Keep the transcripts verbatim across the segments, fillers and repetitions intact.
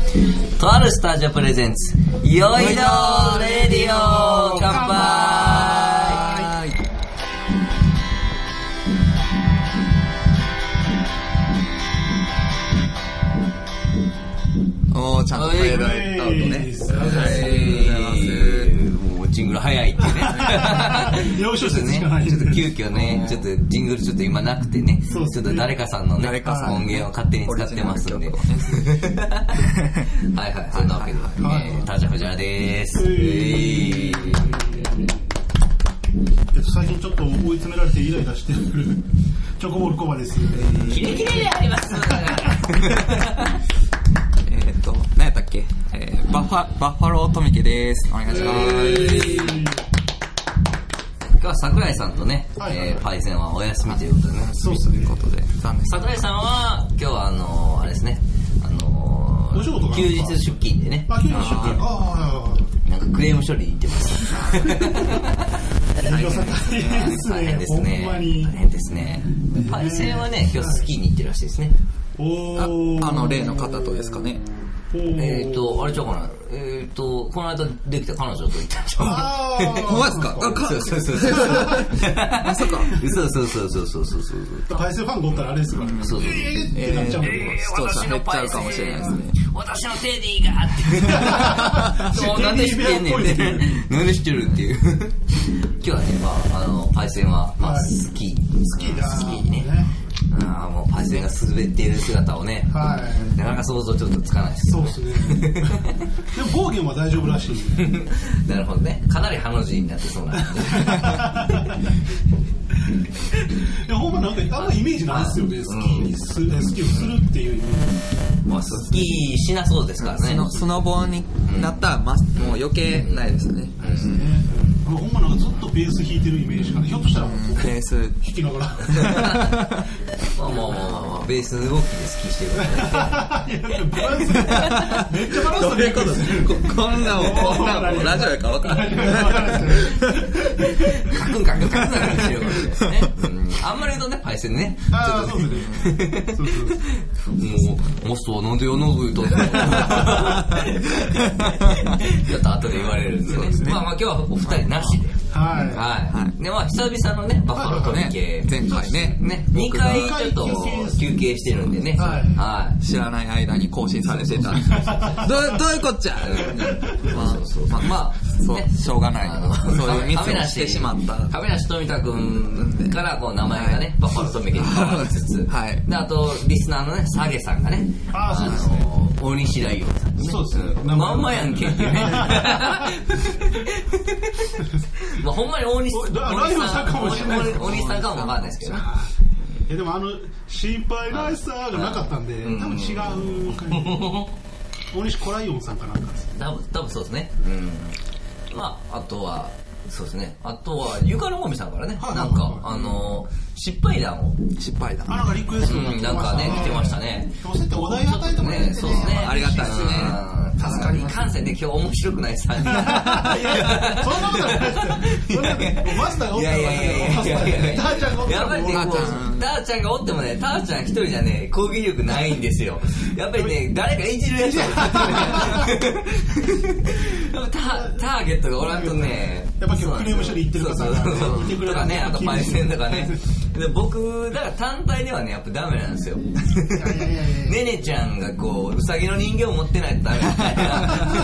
とあるスタジオプレゼンツよいどレディオ乾杯。 おー、ちゃんと声がアウトね。 もうジングル早いってね。 よしよししかない。 ちょっと急遽ね、ちょっとジングルちょっと今なくてね、ちょっと誰かさんのね、 誰かさん音源を勝手に使ってますんで。はいはい、そんなわけで、タジャフジャでーす。 最近ちょっと追い詰められてイライラしてるチョコボールコバです。 キレキレであります。 えっと、何やったっけ、えー、バッファ、バッファロートミケです。お願いします。 今日は桜井さんとね、はいはいはい、えー、パイセンはお休みということでね。 そうということで、残念。 桜井さんは、今日はあのー、あれですね、あのー、休日出勤でね。 あ、休日出勤。ああ、 なんかクレーム処理に行ってます。 大変ですね。 大変ですね。パイセンはね、今日スキーに行ってるらしいですね。 おあ, あの例の方とですかね。 えっとあれちゃうかな、えっとこの間できた彼女と言ったんちゃうかな。 ああ、ほんまですか。あ、 そうそうそうそう。 まさか。 そうそうそうそうそうそうそう。 パイセンファンがおったらあれですからね。 そうそう。 えー、なっちゃうの。 視聴者減っちゃうかもしれないですね。 私の手でいいがって。そうなんで知ってんねんって。なんで知ってるっていう。今日はね、まああのパイセンはまあスキースキーだスキーね。ああ、もうパイセンが滑っている姿をね、はい、なかなか想像ちょっとつかないですけど、ね、そうですね。でも暴言は大丈夫らしい、ね。 なるほどね。かなりハの字になってそうなんで。 いや、ほんまなんかあんまイメージないですよね。スキーにす、スキーをするっていうイメージ。 まあスキーしなそうですからね。 スノ、スノボになったら、ま、もう余計ないですね。 ないですね。ほんまなんかずっとベース弾いてるイメージかな。ひょっとしたらベース弾きながら。 まあまあまあまあベース動きでスキーしてるからね。 めっちゃバランスいい。 こんなもんこんなもんラジオやから分からない。 カクンカクンカクンカクンしてるかもしれないですね。あんまり言うとねパイセンね。 ああそうですね。そうそう。 もうモストはなんでよのぐいと。ちょっと後で言われるんでね。まあまあ今日はお二人なしで。 はいはい。でまあ久々のねバッファロートミケ前回ねねにかいちょっと休憩してるんでね。 はい。 知らない間に更新されてた。どうどういうこっちゃ。 まあそうまあまあしょうがない。そういうミスをしてしまった。 亀梨富田君からこう名前がねバッファロートミケに変わりつつ、はい。であとリスナーのねサゲさんがね、 あそうですね。 大西ライオンさんね。 そうですね。 まんまやんけっていうね。まあほんまに大西さんかもしれない。大西さんかもわかんないですけど。 えでもあの心配ないさがなかったんで、多分違う感じ。大西コライオンさんかなんかですね。 多分多分そうですね。うん。まああとはそうですね。あとはゆかのもみさんからね、なんかあの失敗談を失敗談。 あなんかリクエストなんかね来てましたね。 そうやってお題与えてもらえてね。 そうですね。 ありがたいですね。 助かりいかんせんね今日面白くないさんにん。いやいやそんなことないですよ。マスターがおったら。いやいやいやいやいや。ターちゃんがおったら。 やっぱりねこうターちゃんがおってもねターちゃん一人じゃね攻撃力ないんですよ。やっぱりね誰かいじるやつを。ターゲットがおらんとね。 やっぱ今日クレーム処理行ってる方がいてくれとかねあとパイセンとかね。で僕だから単体ではねやっぱダメなんですよ。ねねちゃんがこううさぎの人形を持ってないとダメみたいな。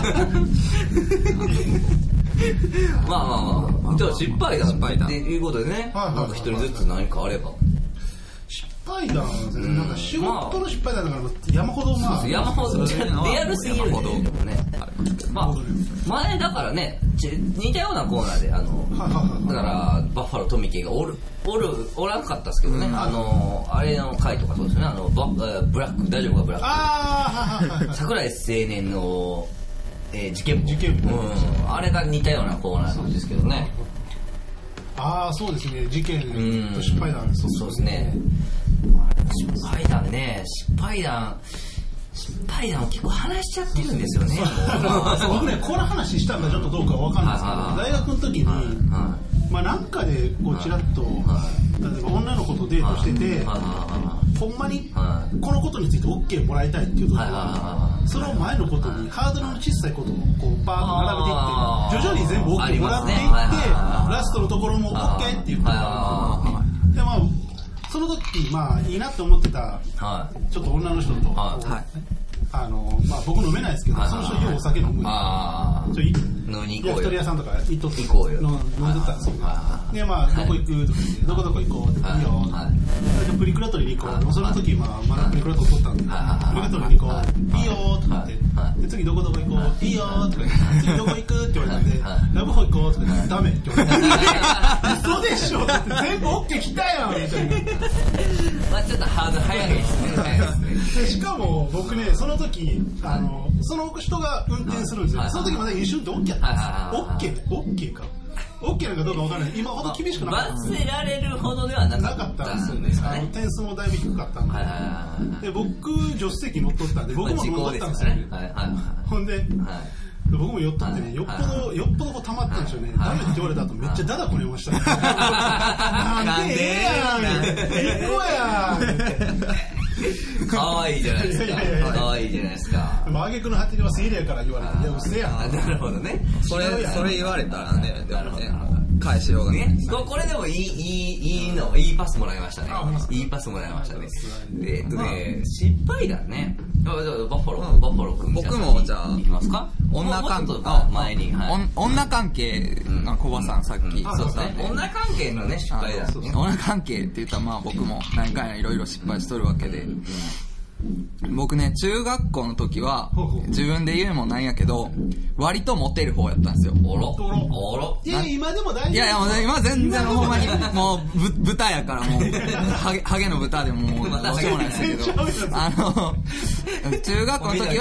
まあまあまあちょっと失敗談っていうことでねなんか一人ずつ何かあれば。 失敗談なんか仕事の失敗談だから山ほどまあ山ほどリアルすぎるんでね。まあ前だからね似たようなコーナーであのだからバッファロートミケがおるおるおらんかったですけどね、あのあれの回とかそうですねあのバブラック大丈夫かブラックあ桜井青年の、えー、事件簿事件簿、 うん、あれが似たようなコーナーなんですけどね。 ああそうですね事件と失敗談そうそうですね。失敗談ね失敗談失敗談を結構話しちゃってるんですよね。 僕ねこの話したんだちょっとどうかわかんないですけど大学の時にまあなんかでこうちらっと例えば女の子とデートしててほんまにこのことについて オーケー もらいたいっていう時はその前のことにハードルの小さいことをこうバーッと並べていって徐々に全部 OK もらっていってラストのところも OK って言ってたでまあその時まあいいなって思ってたちょっと女の人とあのまあ僕飲めないですけどその人ようお酒飲むんで飲みに行こうよ焼き鳥屋さんとか行っとって行こうよ飲んでたんですよでまあどこ行くとかどこどこ行こうっていいよプリクラ取りに行こうその時まあまだプリクラ取ったんでプリクラ取りに行こういいよとか言ってで次どこどこ行こういいよとか言って次どこ行くって言われたんでラブホ行こうとか言ってダメって言われて嘘でしょだって全部 OK 来たやんみたいなまあちょっとハード早いですねしかも僕ねその時あのその人が運転するんですよその時まだ飲酒運転 OK やったんですよ OK?OK か OK なのかどうか分からない今ほど厳しくなかった罰せられるほどではなかったんですかね点数もだいぶ低かったんでで僕助手席乗っとったんで僕も乗っとったんですよねほんで僕も酔っとってねよっぽどよっぽどこう溜まったんでしょうねダメって言われた後めっちゃダダこねましたなんでええやん行こうやかわいいじゃないですかかわいいじゃないですかでも挙句の果てにはセリやから言われていやうせやなるほどねそれそれ言われたらねでもね返しようがないこれでもいいいいいいのいいパスもらいましたねいいパスもらいましたねえっとね失敗だねバッファローバッファロー君僕もじゃあいきますか女関係前に女関係小葉さんさっきそうですね女関係のね失敗だ女関係って言ったらまあ僕も何回もいろいろ失敗しとるわけで僕ね中学校の時は自分で言うもなんやけど割とモテる方やったんですよおろおろいや今でも大丈夫いやいや今全然ほんまにもう豚やからもうハゲの豚でもうどうしようもないですけどあの中学校の時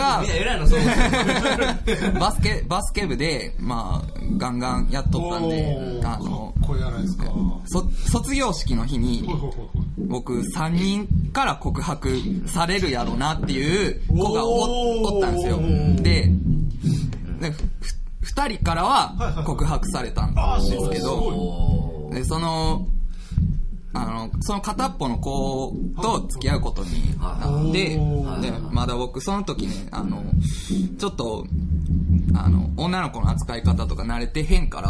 はバスケバスケ部でまあガンガンやっとったんであのこれやないですか卒業式の日に僕さんにんから告白されるやろうなっていう子が お, おったんですよででふたりからは告白されたんですけどでそのあのその片っぽの子と付き合うことになってでまだ僕その時ねあのちょっとあの女の子の扱い方とか慣れてへんから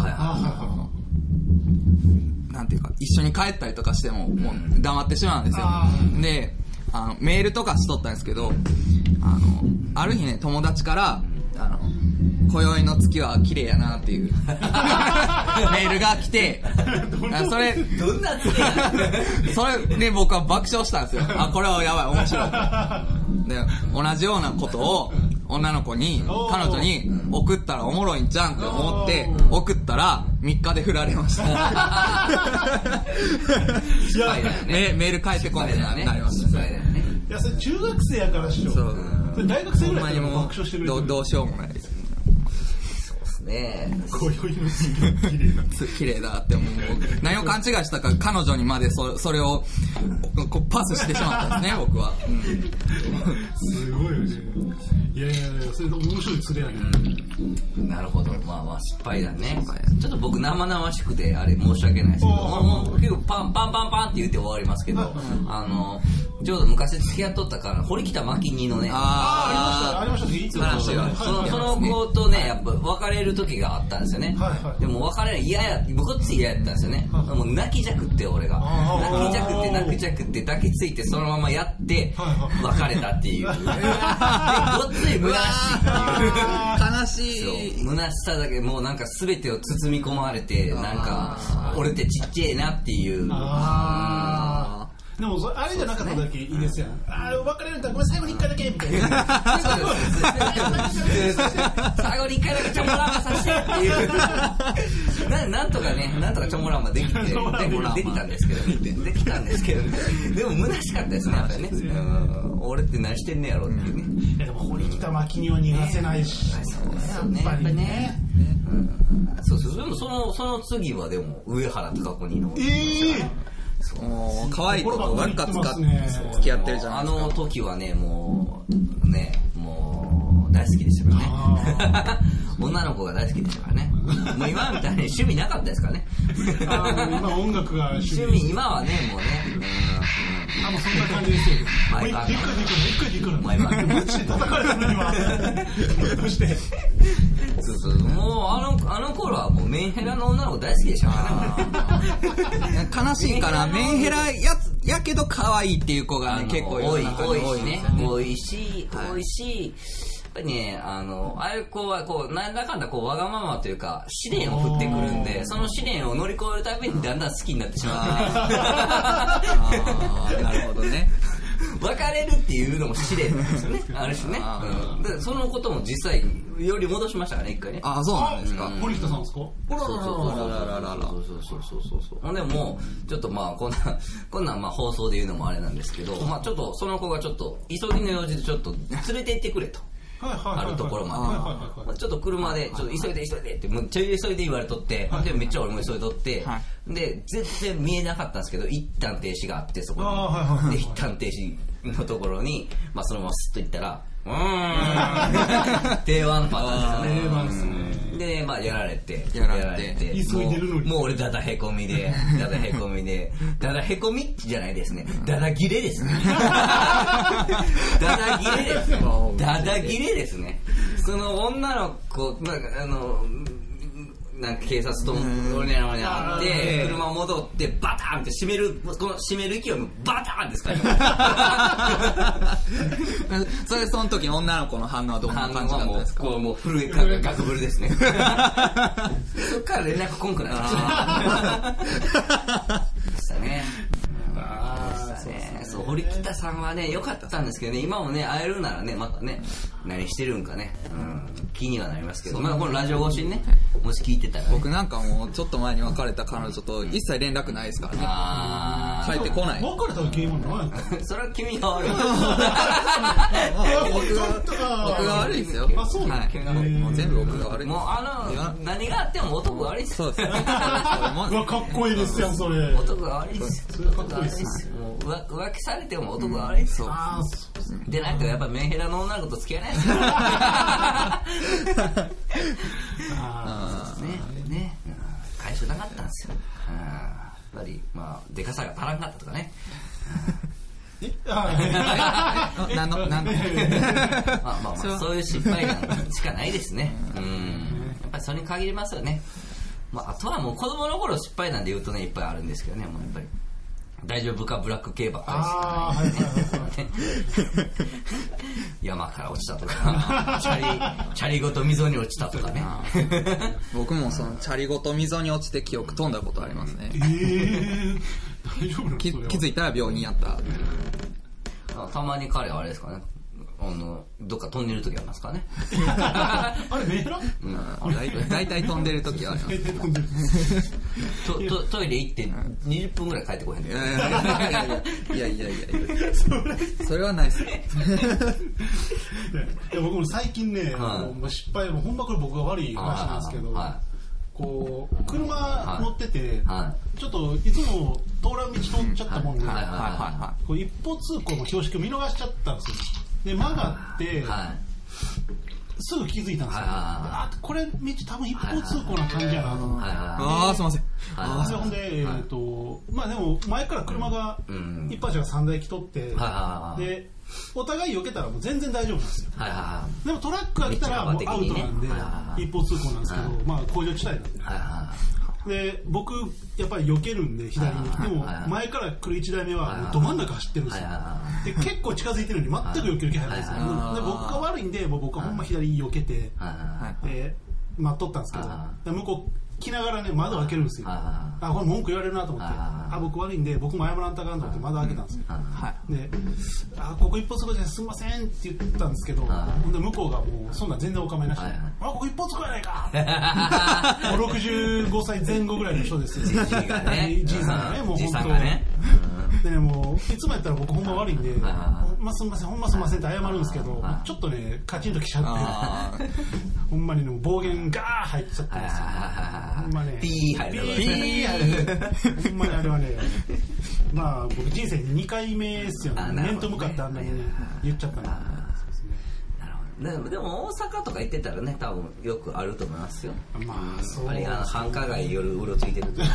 なんていうか一緒に帰ったりとかしてももう黙ってしまうんですよであのメールとかしとったんですけどあのある日ね友達からあの今宵の月は綺麗やなっていうメールが来てそれどんな月やそれで僕は爆笑したんですよあこれはやばい面白いで同じようなことを女の子に彼女に送ったらおもろいんじゃんって思って送ったらみっかで振られました失敗だよねメール返ってこないなりました失敗だよねいやそれ中学生やからっしょそう大学生ぐらいから爆笑してるどどうしようもないですね今宵の月が綺麗だ綺麗だって思う何を勘違いしたか彼女にまで そ, それをこパスしてしまったんですね僕は、うん、 すごいよねいやいやいやそれ面白い連れやね、 うん、なるほどまあまあ失敗だねちょっと僕生々しくてあれ申し訳ないですけどもう結構パンパンパンパンって言って終わりますけどあのちょうど昔付き合っとったから堀北真希のねああありましたありました話がそのその子とねやっぱ別れる時があったんですよね、はいはい、でも別れる嫌や僕っつ嫌やったんですよね、はい、もう泣きじゃくって俺が泣きじゃくって泣きじゃくって抱きついてそのままやって別れたっていうでごっつい虚しいっていう悲しい虚しさだけもうなんか全てを包み込まれてなんか俺ってちっちゃいなっていうあでもそれあれじゃなかっただけいいですよ、ね、ああ別れるんだごめん最後に一回だけみたいな最後に一回だけチョモランマさせてっていうな, なんとかねなんとかチョモランマできてで, できたんですけどできたんですけどでも虚しかったですねやっぱりね俺って何してんねやろっていうね、うん、 いやでも堀北真希には逃がせないし、ね、 そうですよねやっぱりね、うん、そうそうでもそのその次はでも上原貴子にのええーもう可愛い子とばっか使って付き合ってるじゃないですか。 あの時はねもうねもう大好きでしたよねも女の子が大好きでしたからね。もう今みたいに趣味なかったですからね。 あ今音楽が趣味。趣味、今はね、もうね。 うん。あ、もうそんな感じですよ。もう一回でいくら、一回でいくら。 毎晩。 マジで叩かれたのには。どうして。 そうそう。もうあの、あの頃はもうメンヘラの女の子大好きでしたからね。 悲しいかな。メンヘラやつ、やけど可愛いっていう子が結構多い、多いしね。多いし、多いし、やっぱりね、あの、ああいう子は、こう、なんだかんだ、こう、わがままというか、試練を振ってくるんで、その試練を乗り越えるたびにだんだん好きになってしまってね。 ああ、なるほどね。 別れるっていうのも試練なんですよね。ある種ね。うん、でそのことも実際、より戻しましたからね、一回ね。 ああ、そうなんですか。 森北さんですか？ そうそうそうそうそうそう。ほんでもう、ちょっとまあ、こんな、こんなまあ放送で言うのもあれなんですけど、まあちょっと、その子がちょっと、急ぎの用事でちょっと連れて行ってくれと。あるところまで、ちょっと車で、ちょっと急いで急いでって、もうちょい急いで言われとって、でめっちゃ俺も急いでとって、で、全然見えなかったんですけど、一旦停止があって、そこに。で、一旦停止のところに、まあそのままスッと行ったら、うーん。定番パターンですよね。定番ですね。で、まあやられて、 やられて、 急いでるのに。 もう俺ダダへこみで、ダダへこみで、ダダへこみじゃないですね。ダダ切れですね。ダダ切れです。ダダ切れですね。その女の子、なんかあの、なんか警察と俺らに会って、車戻ってバターンって閉める、この閉める勢いもバターンですから。 それその時の女の子の反応はどんな感じだったんですか？ こうもう古いガクブルですね。そっから連絡こんくなりましたね。でしたね。そう、堀北さんはね、良かったんですけどね、今もね、会えるならね、またね、何してるんかね、うん、気にはなりますけど、まあこのラジオ越しにね、もし聞いてたら、ね、 僕なんかもうちょっと前に別れた彼女と一切連絡ないですからね。あー、帰ってこない。 別れた時今の何？ それは君が悪い。 僕が悪いですよ。 あ、そうなんですか。 もう全部僕が悪い。 もうあの、何があっても男が悪いです。 そうです。 かっこいいですよ、それ。 男が悪いです。 かっこいいです。 もう浮気されても男が悪いですよ。でないとやっぱメンヘラの女の子と付き合えないですよ。ね、ね、返しなかったんですよ。やっぱりまあでかさが足らんかったとかね。 えあなんのなんのまあまあまあそういう失敗なんしかないですね。うん。やっぱりそれに限りますよね。まああとはもう子供の頃失敗なんで言うとねいっぱいあるんですけどね、もうやっぱり。大丈夫かブラック系ばっかりですからね。山から落ちたとか、チャリ、チャリごと溝に落ちたとかね。 僕もそのチャリごと溝に落ちて記憶飛んだことありますね。 えー、大丈夫なの？ 気づいたら病院やった。 たまに彼はあれですかね。あのどっか飛んでる時ありますかね。 あれメーラ？ うん。だいたい飛んでる時はあります。 ト, ト, トイレ行ってにじゅっぷんぐらい帰ってこへんねん。 いやいやいやいやいやそれはないっすね。 いや僕も最近ね、はい、もう失敗もほんまこれ僕が悪い話なんですけど、はい、こう車乗ってて、はい、ちょっといつも通らん道通っちゃったもんで、こう一方通行の標識を見逃しちゃったんですよ。で曲がって、はい、すぐ気づいたんですよ。あ、これ道多分一方通行な感じやなと思って。 ああ、すいません。 あほんで、えっと、まあでも前から車が一発がさんだい来とって、で、お互い避けたらもう全然大丈夫なんですよ。でもトラックが来たらもうアウトなんで、一方通行なんですけど、まあ工場地帯なんで。で僕やっぱり避けるんで左に、でも前から来るいちだいめはど真ん中走ってるんですよ。で結構近づいてるのに全く避ける気配ないんですよ。で僕が悪いんでもう僕はほんま左に避けてで待っとったんですけど、向こう来ながらね窓開けるんですよ。あこれ文句言われるなと思って、あ僕悪いんで僕も謝らんとあかんと思って窓開けたんですよ。であここ一歩通行ですみませんって言ったんですけど、ほんで向こうがもうそんな全然お構いなしで、あここ一歩通行やないか。もうろくじゅうごさいぜん後ぐらいの人ですよ。じいさんがねもう本当でもういつもやったら僕ほんま悪いんで、まあすみませんほんますみませんって謝るんですけど、ちょっとねカチンときちゃって、ほんまにね暴言ガー入っちゃったんですよ。ほんまねピー入るピー入るほんまにあれはねまあ僕人生にかいめですよね。面と向かってあんなにね言っちゃったの。 でもでも大阪とか行ってたらね多分よくあると思いますよ。 まあそうあれあの繁華街夜うろついてると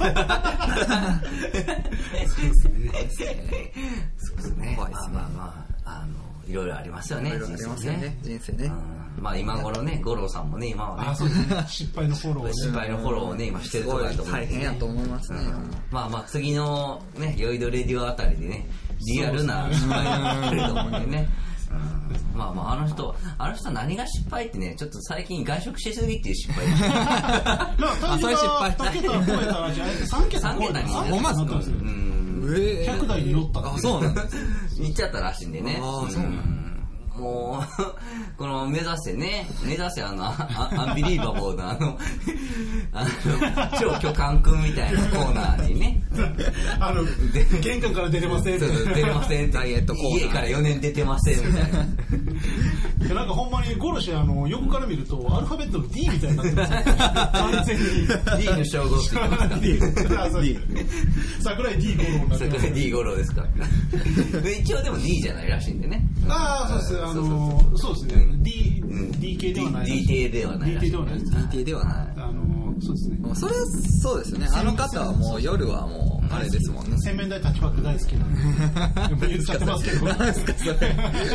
そうですねそうですね。まあまあまああのいろいろありますよね。 いろいろありますよね人生ね。 まあ今頃ね五郎さんもね今はねあそうですね失敗のフォローを、ね、 失敗のフォローをね今してるところだと思う、 大変やと思いますね。 まあまあ次のね酔いどレディオあたりでねリアルな失敗が出ると思うんでね。うん、まあまああの人あの人は何が失敗ってねちょっと最近外食しすぎっていう失敗あそういう失敗さんけた超えたらじゃあさんけた超えたらほんまっすか。 ひゃくだいに乗ったあそうなんです行っちゃったらしいんでね。 ああそうなんだ。 もうこの目指せね目指せあのア, アンビリーバボーなあのあの超巨漢くんみたいなコーナーにねあの玄関から出てませんそうそう出てませんダイエットコーナー家からよねん出てませんみたいななんかほんまにゴロシあの横から見るとアルファベットの D みたいになってます完全に D の称号って言ってますか D 桜井 D ゴロになってます桜井 D ゴロですか一応でも D じゃないらしいんでね。 ああそうですあのそうですね D D 系ではない D 系ではない D 系ではない D 系ではないあのそうですねそれはそうですね。あの方はもう夜はもうあれですもんね。 洗面台タッチパック大好きなんで言っちゃってますけど何ですかそれ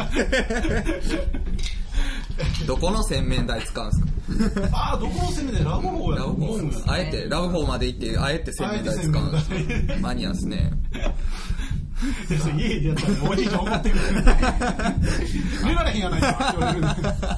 どこの洗面台使うんですか。 ああどこの洗面台ラブホーやラブホーあえてラブホーまで行ってあえて洗面台使うんですマニアですね。 家でやったらおじいちゃん怒ってくる見られへんやないかって言われる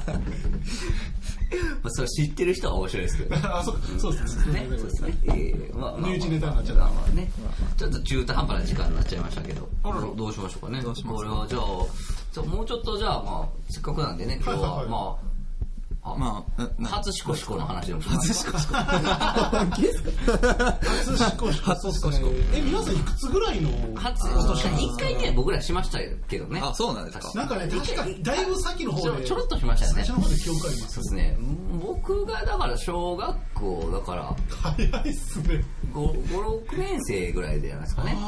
まあそれ知ってる人は面白いですけどあそうそうですねそうですねえーまあ身内ネタになっちゃったねちょっと中途半端な時間になっちゃいましたけどどうしましょうかね。 どうしますか。 これはじゃあじゃあもうちょっとじゃあまあせっかくなんでね今日はまあまあ、 初シコシコの話でもします初シコシコ初シコシコ初シコシコえ皆さんいくつぐらいの初一回ね僕らしましたけどね。 あそうなんですか。 なんかね確かだいぶ先の方でちょろっとしましたよね。 最初の方で記憶あります。 そうですね僕がだから小学校だから早いっすねご、ろくねん生ぐらいじゃないですかね。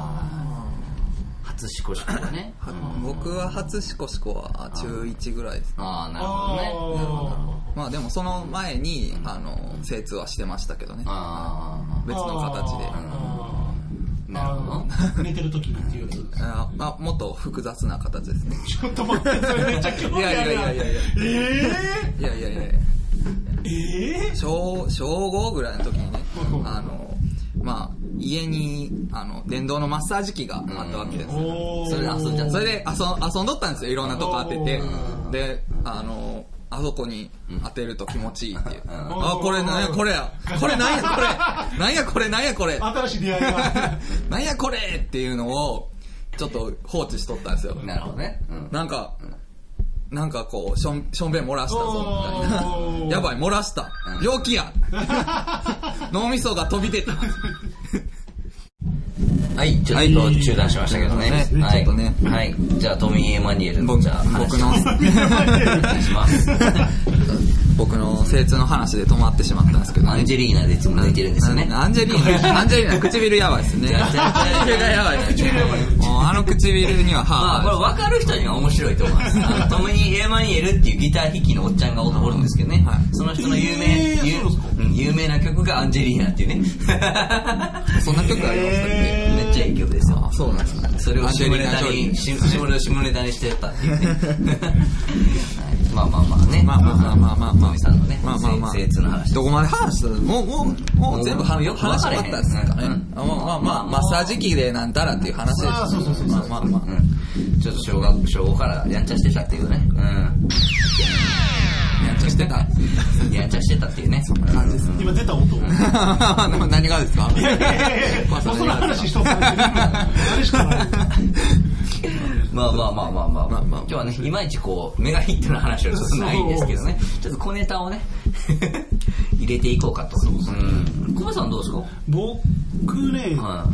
初シコシコはね僕は初シコシコは中いちぐらいです。 ああなるほどね。なるほどなるほど。 まあでもその前にあの精通はしてましたけどね。 あ別の形で。 なるほど。 寝てる時にっていうやつ。 ああもっと複雑な形ですね。 ちょっと待ってそれめっちゃ興味ある。 いやいやいやいやいや。 ええいやいやいや。 ええ小小ごぐらいの時にねあのまあ家にあの電動のマッサージ機があったわけです。 それで遊んじゃった。 それで遊遊んどったんですよ。いろんなとこ当ててであのあそこに当てると気持ちいいっていう。あこれなんやこれやこれなんやこれなんやこれなんやこれ新しい出会いがなんやこれっていうのをちょっと放置しとったんですよ。 なるほどね。 なんかなんかこうしょんしょんべん漏らしたぞみたいな。やばい漏らした。病気や。脳みそが飛び出た。 はい、ちょっと中断しましたけどね。 はい、 はい、 ちょっとね。 はい、じゃあトミー・エマニュエルのじゃあ僕のお願いします。 僕の精通の話で止まってしまったんですけど、 アンジェリーナでいつも抜いてるんですよね。 アンジェリーナ、アンジェリーナ唇やばいですね。唇がやばいですね。もうあの唇には歯。 まあこれ分かる人には面白いと思います。あのトミー・エマニュエルっていうギター弾きのおっちゃんがおるんですけどね。その人の有名有名な曲がアンジェリーナっていうね。 そんな曲ありますかね。 めっちゃいい曲ですよ。 そうなんですね。 それを下ネタに下ネタにしてたっていうね。まあまあまあね。 まあまあまあまあまあまあ。 さんのね、 まあまあまあ。 精通の話。 どこまで話したの？もうもうもう全部話し終わったんですかね。まあまあまあマッサージ機でなんたらっていう話です。 あそうそうそう。 まあまあまあ。 ちょっと小学小ごからやんちゃしてたっていうね。うん。 やんちゃしてた。 やんちゃしてたっていうね。 そんな感じです。 今出た音。 何がですか？ いやいやいやその話しとったんですあれしかない。 まあまあまあまあまあ、まあまあ、今日はねいまいちこうメガヒットの話はちょっとないんですけどねちょっと小ネタをね入れていこうかと。コバさんどうですか？ 僕ね、はい、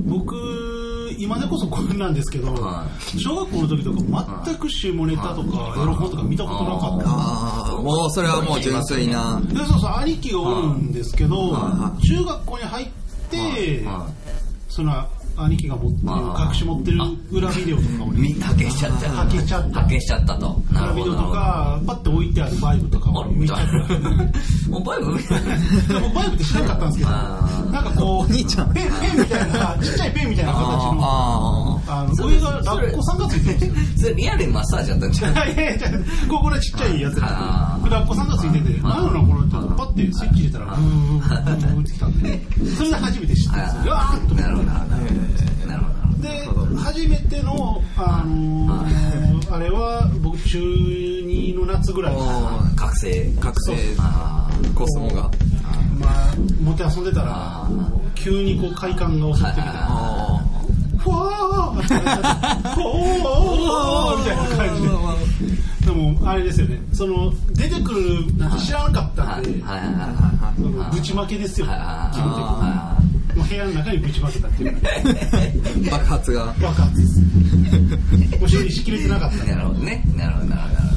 僕今でこそこんなんですけど、はい、小学校の時とか全く下ネタとかエロ本とか見たことなかった。 ああもうそれはもう純粋な。 でそうそう兄貴がおるんですけど、中学校に入って、その兄貴が持ってる隠し持ってる裏ビデオとかをね発見しちゃった発見しちゃった発見しちゃったと裏ビデオとかパッて置いてあるバイブとかを見ちゃったもうバイブ僕バイブって知らなかったんですけどなんかこうお兄ちゃんペンペンみたいなちっちゃいペンみたいな形のあの上がラッコさんがついてるんですよそれリアルにマッサージやったんじゃないいやいやここでちっちゃいやつでラッコさんがついてて何だろうこれってパッてスイッチ入れたらブーブーブーってきたんでそれで初めて知ったんですようわーっとなるほどなるほどで初めてのあのあれは僕中にの夏ぐらい覚醒覚醒コスモがまあもて遊んでたら急にこう快感が襲ってきてふわーふわーみたいな感じででもあれですよねその出てくるなんて知らなかったんでぶちまけですよ基本的にもう部屋の中にぶちまけたっていう爆発が爆発ですもう修理しきれてなかったなるほどねなるほどなるほど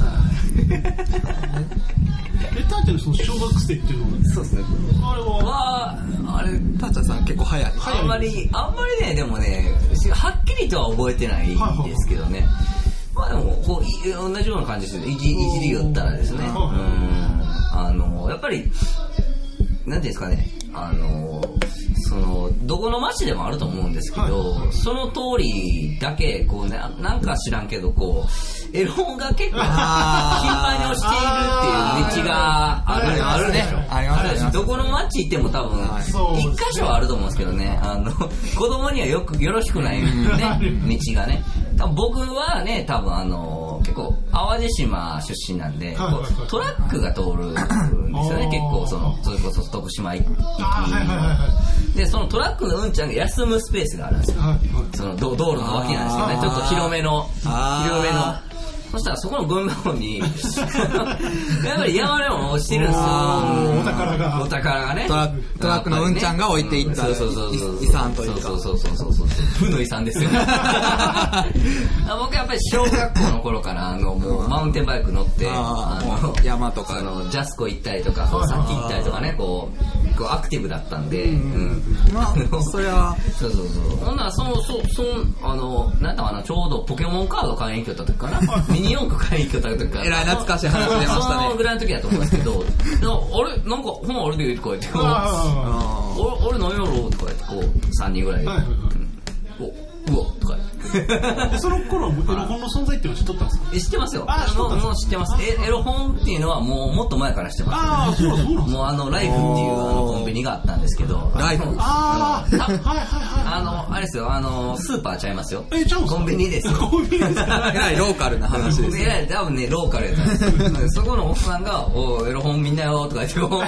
えターちゃんのその小学生っていうのはそうですねあれはあれターちゃんさん結構早いあんまりあんまりねでもねはっきりとは覚えてないんですけどねまあでもこう同じような感じですいじいじり寄ったらですねうんあのやっぱりなんていうんですかねあのそのどこの町でもあると思うんですけど、はい、その通りだけこうねなんか知らんけどこうエロ本が結構頻繁に落ちているっていう道があるあるねありますねどこの町行っても多分一箇所はあると思うんですけどねあの子供にはよくよろしくないね道がね多分僕はね多分あの結構淡路島出身なんで、はいはいはい、トラックが通るんですよね結構そのそれこそ徳島行きでそのトラックのうんちゃんが休むスペースがあるんですよ、はいはい、その道路の脇なんですけどねちょっと広めの広めのそしたらそこのゴミ箱にやっぱり山でも落ちてるんですよお宝がお宝がねトラトラックのうんちゃんが置いていった遺産というかそうそうそうそうそう負の遺産ですよ僕やっぱり小学校の頃からあのもうマウンテンバイク乗ってあの山とかあのジャスコ行ったりとか大崎行ったりとかねこうこうアクティブだったんで、うんうん、まあそれはそうそうそうほんならそのそそあのなんだかなちょうどポケモンカード買いに行った時かなミニ四駆買いに行った時かなえらい懐かしい話出ましたねそのぐらいの時だと思うんですけどあれなんか本あるでとか言ってこう俺何やろうとか言ってこうさんにんぐらいで、はいはいはい、おうわとかその頃エロ本の存在っていうのは知っとったんですか？ 知ってますよあもうもう知ってますエロ本っていうのはもうもっと前から知ってますああそうそうもうあのライフっていうあのコンビニがあったんですけどライフああはいはいはいあのあれですよあのスーパーちゃいますよえちゃうんすかコンビニですコンビニですかえらいローカルな話ですえらい多分ねローカルやったんですよそこのおっさんがおエロ本みんなよとか言ってこう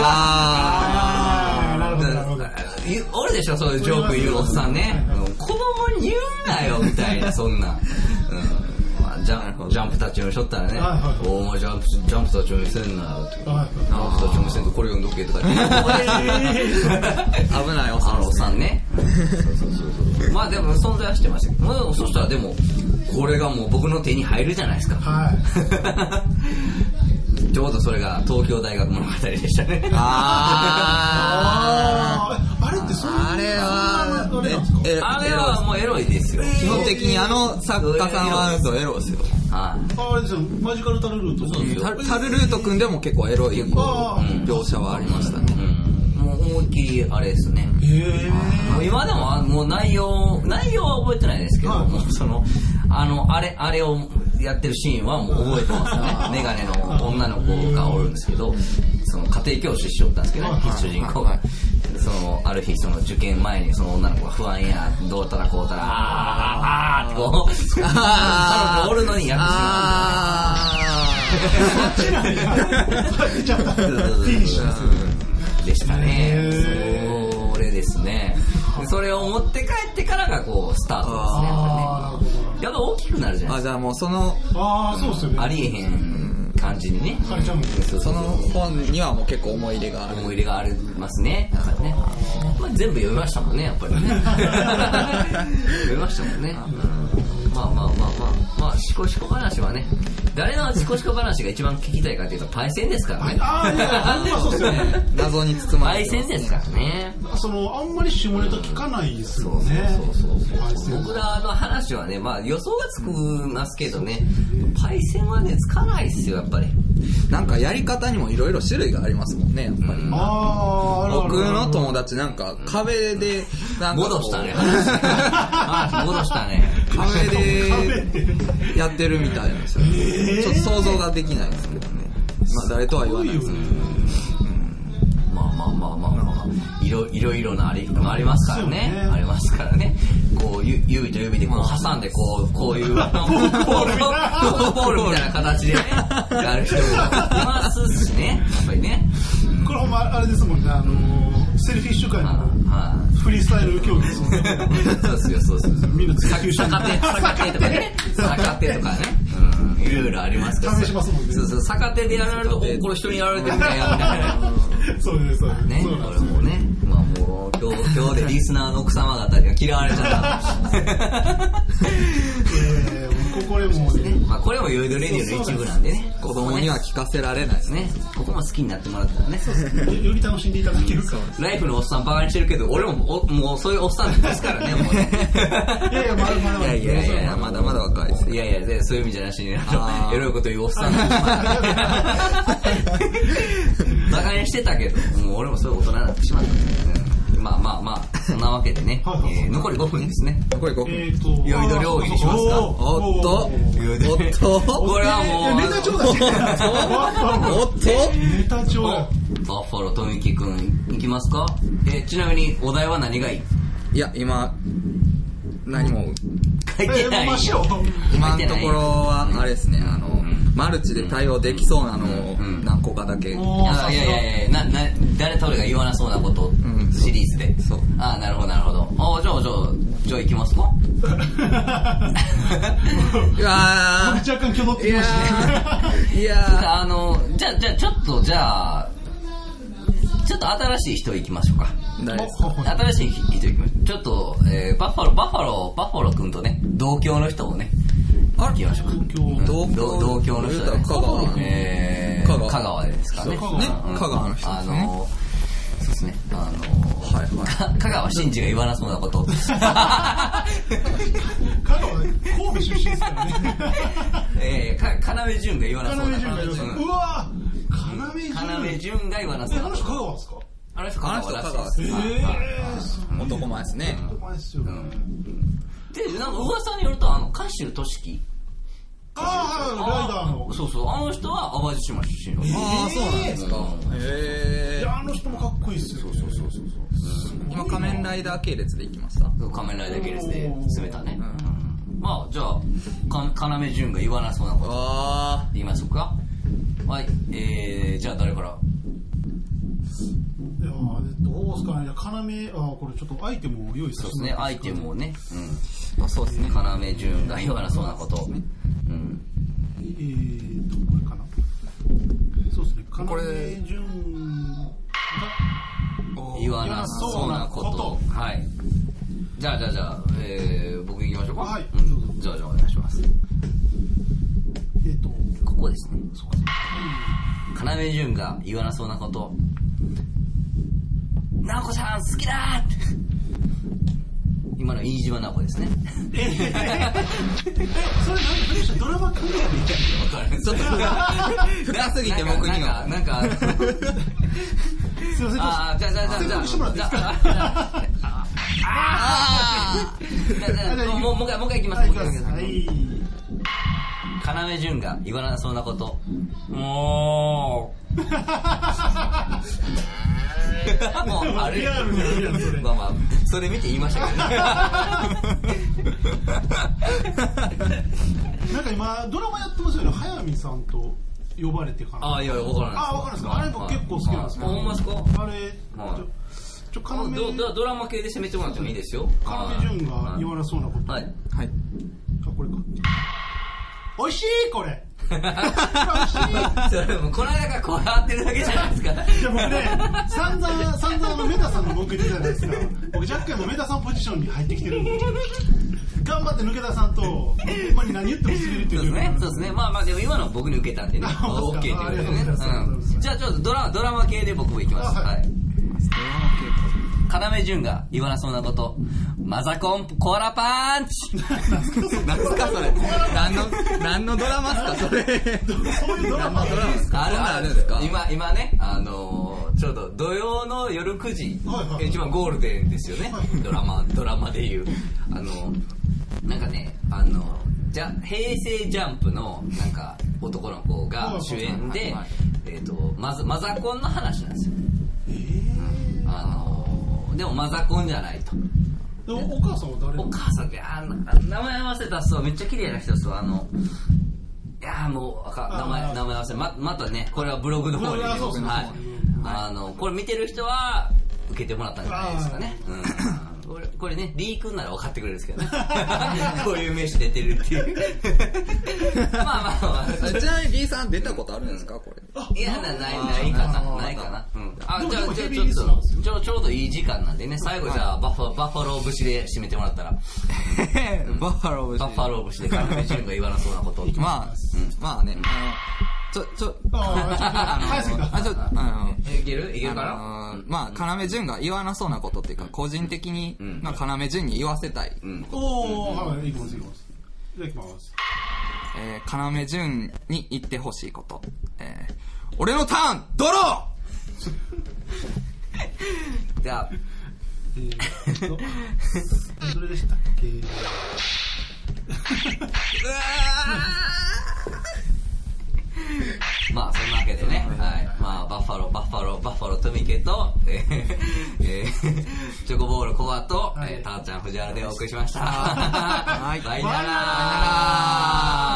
ああなるほどなるほどおるでしょそういうジョーク言うおっさんね子供に言うなよみたいなそんな、うんまあ、ジャンジャンプたちをしょったらね、はいはいはい、お前ジャンプジャンプたちを見せんなよって、はいはい、ジャンプたちを見せんとこれ読んどけとか言って危ないおっさんおっさんねそうそうそうそうまあでも存在はしてましたけど、まあ、そしたらでもこれがもう僕の手に入るじゃないですかはいちょうどそれが東京大学物語でしたねあああれってそんなあれはえあれはもうエロいですよ基本的にあの作家さんはエロいですよあれですよマジカルタルルートタルルート君でも結構エロい描写はありましたね、 うん、もう思いっきりあれですねへもう今でももう内容内容は覚えてないですけど、はい、もうそのあのあれあれをやってるシーンはもう覚えてますねメガネの女の子がおるんですけどその家庭教師しよったんですけどね主人公がそのある日その受験前にその女の子が不安やどうたらこうたらあーあーってこう彼女おるのにやってしまうんだでしたねそれですねそれを持って帰ってからがこうスタートですねやっぱ大きくなるじゃないですかあじゃあもうそのあ, そうですよ、ね、 ありえへん感じにねその本にはもう結構思い入れがある思い入れがありますねだからね、まあ、全部読みましたもんねやっぱりね読みましたもんね、うん、まあまあまあまあままあシコシコ話はね、誰のシコシコ話が一番聞きたいかというとパイセンですからね。 ああ、いや、ほんまそうですよね。 謎に包まパイれてますセンですからね。 その、あんまり下ネタ聞かないですよね。 そうそうそうパイセン僕らの話はね、まあ予想がつきますけどね、パイセンはね、つかないっすよ、やっぱり。 なんかやり方にもいろいろ種類がありますもんね、やっぱり。 あー、あるあるある僕の友達なんか壁で、なんかこう戻したね、話。話戻したね。 壁でやってるみたいなんですよ、ね。ちょっと想像ができないですけどね。まあ誰とは言わないですけど。 まあまあまあまあまあ、いろいろいろなありありますからね。ありますからね。こうゆ指と指でこう挟んでこうこういうポールポールみたいな形でねやる人もいますしね。やっぱりね。 これほんまあれですもんね。あのセルフィッシュ界のフリースタイル競技ですもんね。 そうですよそうですよ。 みんな追求して逆手逆手とかね。逆手とかね。うんいろいろありますから。 試しますもんね。 そうそう逆手でやられるとおこれ人にやられてるみたいな。 そうですそうです。 ね、これもね、まあもう今日今日でリスナーの奥様方には嫌われちゃった。 えー、ここでもね、 まあこれもヨイドレディオの一部なんでね、 子供には聞かせられないですね。 ここも好きになってもらったらね。 より楽しんでいただけるか。 ライフのおっさんバカにしてるけど、俺もおもうそういうおっさんですからね、もうね。 いやいやまだまだまだ。 いやいやいやまだまだ若いです。 いやいやそういう意味じゃなしに、エロいこと言うおっさん。バカにしてたけど、もう俺もそういう大人になってしまったんで、うん、まあまあまあそんなわけでね、えー、残りごふんですね。 残りごふん。 えーと酔いど料理にしますか。 おっとおっとこれはもうネタちょうだい。 おっとネタちょうだい。 バッファロー富木くんいきますか。えー、ちなみにお題は何がいい。 いや今何も書いてないよ。 今のところはあれですね、あのマルチで対応できそうなのを何個かだけ。いやいやいやいやなな誰と俺が言わなそうなことシリーズで。そう。ああなるほどなるほど。あじゃあじゃあじゃあ行きますか。 いや若干挙動ってきましたね。いやあのじゃあじゃあちょっとじゃあちょっと新しい人行きましょうか。新しい人行きましょう。ちょっと、えー、バッファローバッファローバッファロー君とね同郷の人をね行きましょうか。同郷同郷の人ね。 香川えー、香川ですかね。ね香川の人ですね。 あのそうですね。あのはいはい。香川真司が言わなそうなこと。 香川神戸出身ですからね。 えー、か要潤が言わなそうな。 うわ要潤が言わなそうな。 あの人香川ですか。 あの人香川らしいです。 男前ですね。 男前ですよ。 でなんか噂によるとあの歌手としき。 ああライダーの。 そうそうあの人は淡路島出身の。 ああそうなんですか。へえ。 いやあの人もかっこいいっすよ。そうそうそうそう。 今仮面ライダー系列で行きました。 仮面ライダー系列で進めたね。まあじゃあ要潤が言わなそうなこと言いましょうか。はい、えー、じゃあ誰から。 いやどうすかね。要あこれちょっとアイテムを用意させて。 そうですねアイテムをね。うん。そうですね要潤が言わなそうなこと。うん。 えーとこれかな。そうですね要潤が言わなそうなこと。はい。じゃあじゃあじゃあ、えー、僕行きましょうか。 はい。 うん、じゃあじゃあお願いします。 えーとここですね。そうか。要潤が言わなそうなこと。直子さん好きだーって。今の飯島直子ですね。 えー、それ何でドラマ組んでやるみたいな。 分かる。ちょっと深すぎて僕にはなんか。なんかすいません。ああじゃあじゃあじゃあじゃあ。してもらっていいですか。ああ。もうもう一回もう一回行きます。もう一回行きます。はい。要潤が言わなそうなこと。もう。もうあれ。まあまあそれ見て言いましたけどね。なんか今ドラマやってますよね。速水さんと呼ばれてから。 ああいや分からない。 ああ分からないですか。あれ僕結構好きなんですけど。 ほんまですか。 あれ。ちょド, ドラマ系で攻めてもらってもいいですよ。 要潤が言わなそうなこと。 はいはい。あこれか。美味しいこれ。美味しい。 それもこの間からこうやってるだけじゃないですか。いや僕ね、散々散々あのメタさんの文句言ってたじゃないですか。僕若干のメタさんポジションに入ってきてるんで。 頑張って抜け出さんと、ほんまに何言っても滑るっていう。 そうですね。そうですね。まあまあでも今の僕に受けたんでね。オッケーっていうことでね。うん。じゃあちょっとドラ、ドラマ系で僕も行きます。はい。要潤が言わなそうなこと。マザコンコアラパンチ何すかそれ。何の、何のドラマっすかそれ。 そういうドラマ何のドラマっすかあるあるんですか今、今ね、あのー、ちょうど土曜の夜くじ、はいはい、一番ゴールデンですよね。はい、ドラマ、ドラマでいう。あの、なんかね、あの、じゃ、平成ジャンプのなんか男の子が主演で、えっと、まず、マザコンの話なんですよ。えーうん、あの、でもマザコンじゃないと。 でお母さんは誰？ お母さんって、あ名前合わせた人はめっちゃ綺麗な人ですわ。あの、いやもう、名前、名前合わせ、ま、またね、これはブログの方にね、はい。あの、これ見てる人は、受けてもらったんじゃないですかね。うん。これ、これね、リー君なら分かってくれるんですけどね。こういう名詞出てるっていう。まあまあまあ。 ちなみに B さん出たことあるんですかこれ。 いや、ない、ないかな。ないかな。うん。あ、じゃあ、じゃあちょっと、ちょ、ちょうどいい時間なんでね、最後じゃあ、バッファ、バッファロー節で締めてもらったら。 バッファロー節。 バッファロー節で、カルメジュンが言わなそうなことを。 まあ、まあね、あの、ちょ、ちょ、 あの、 あ、ちょ、あの、 いけるいけるかなまあ、要潤が言わなそうなことっていうか、個人的に、まあ、要潤に言わせたい。 おー、はい、いきます、いきます。じゃあ、いきます。 えー、要潤に言ってほしいこと。えー、俺のターン、ドローじゃあ、 えーっと、どれでしたっけうわまあそんなわけでね、はい、まあバッファロー、バッファロー、バッファロートミケと、えーえー、チョコボールコアと、はい、えー、ターちゃん藤原でお送りしました。はい、バイナラー。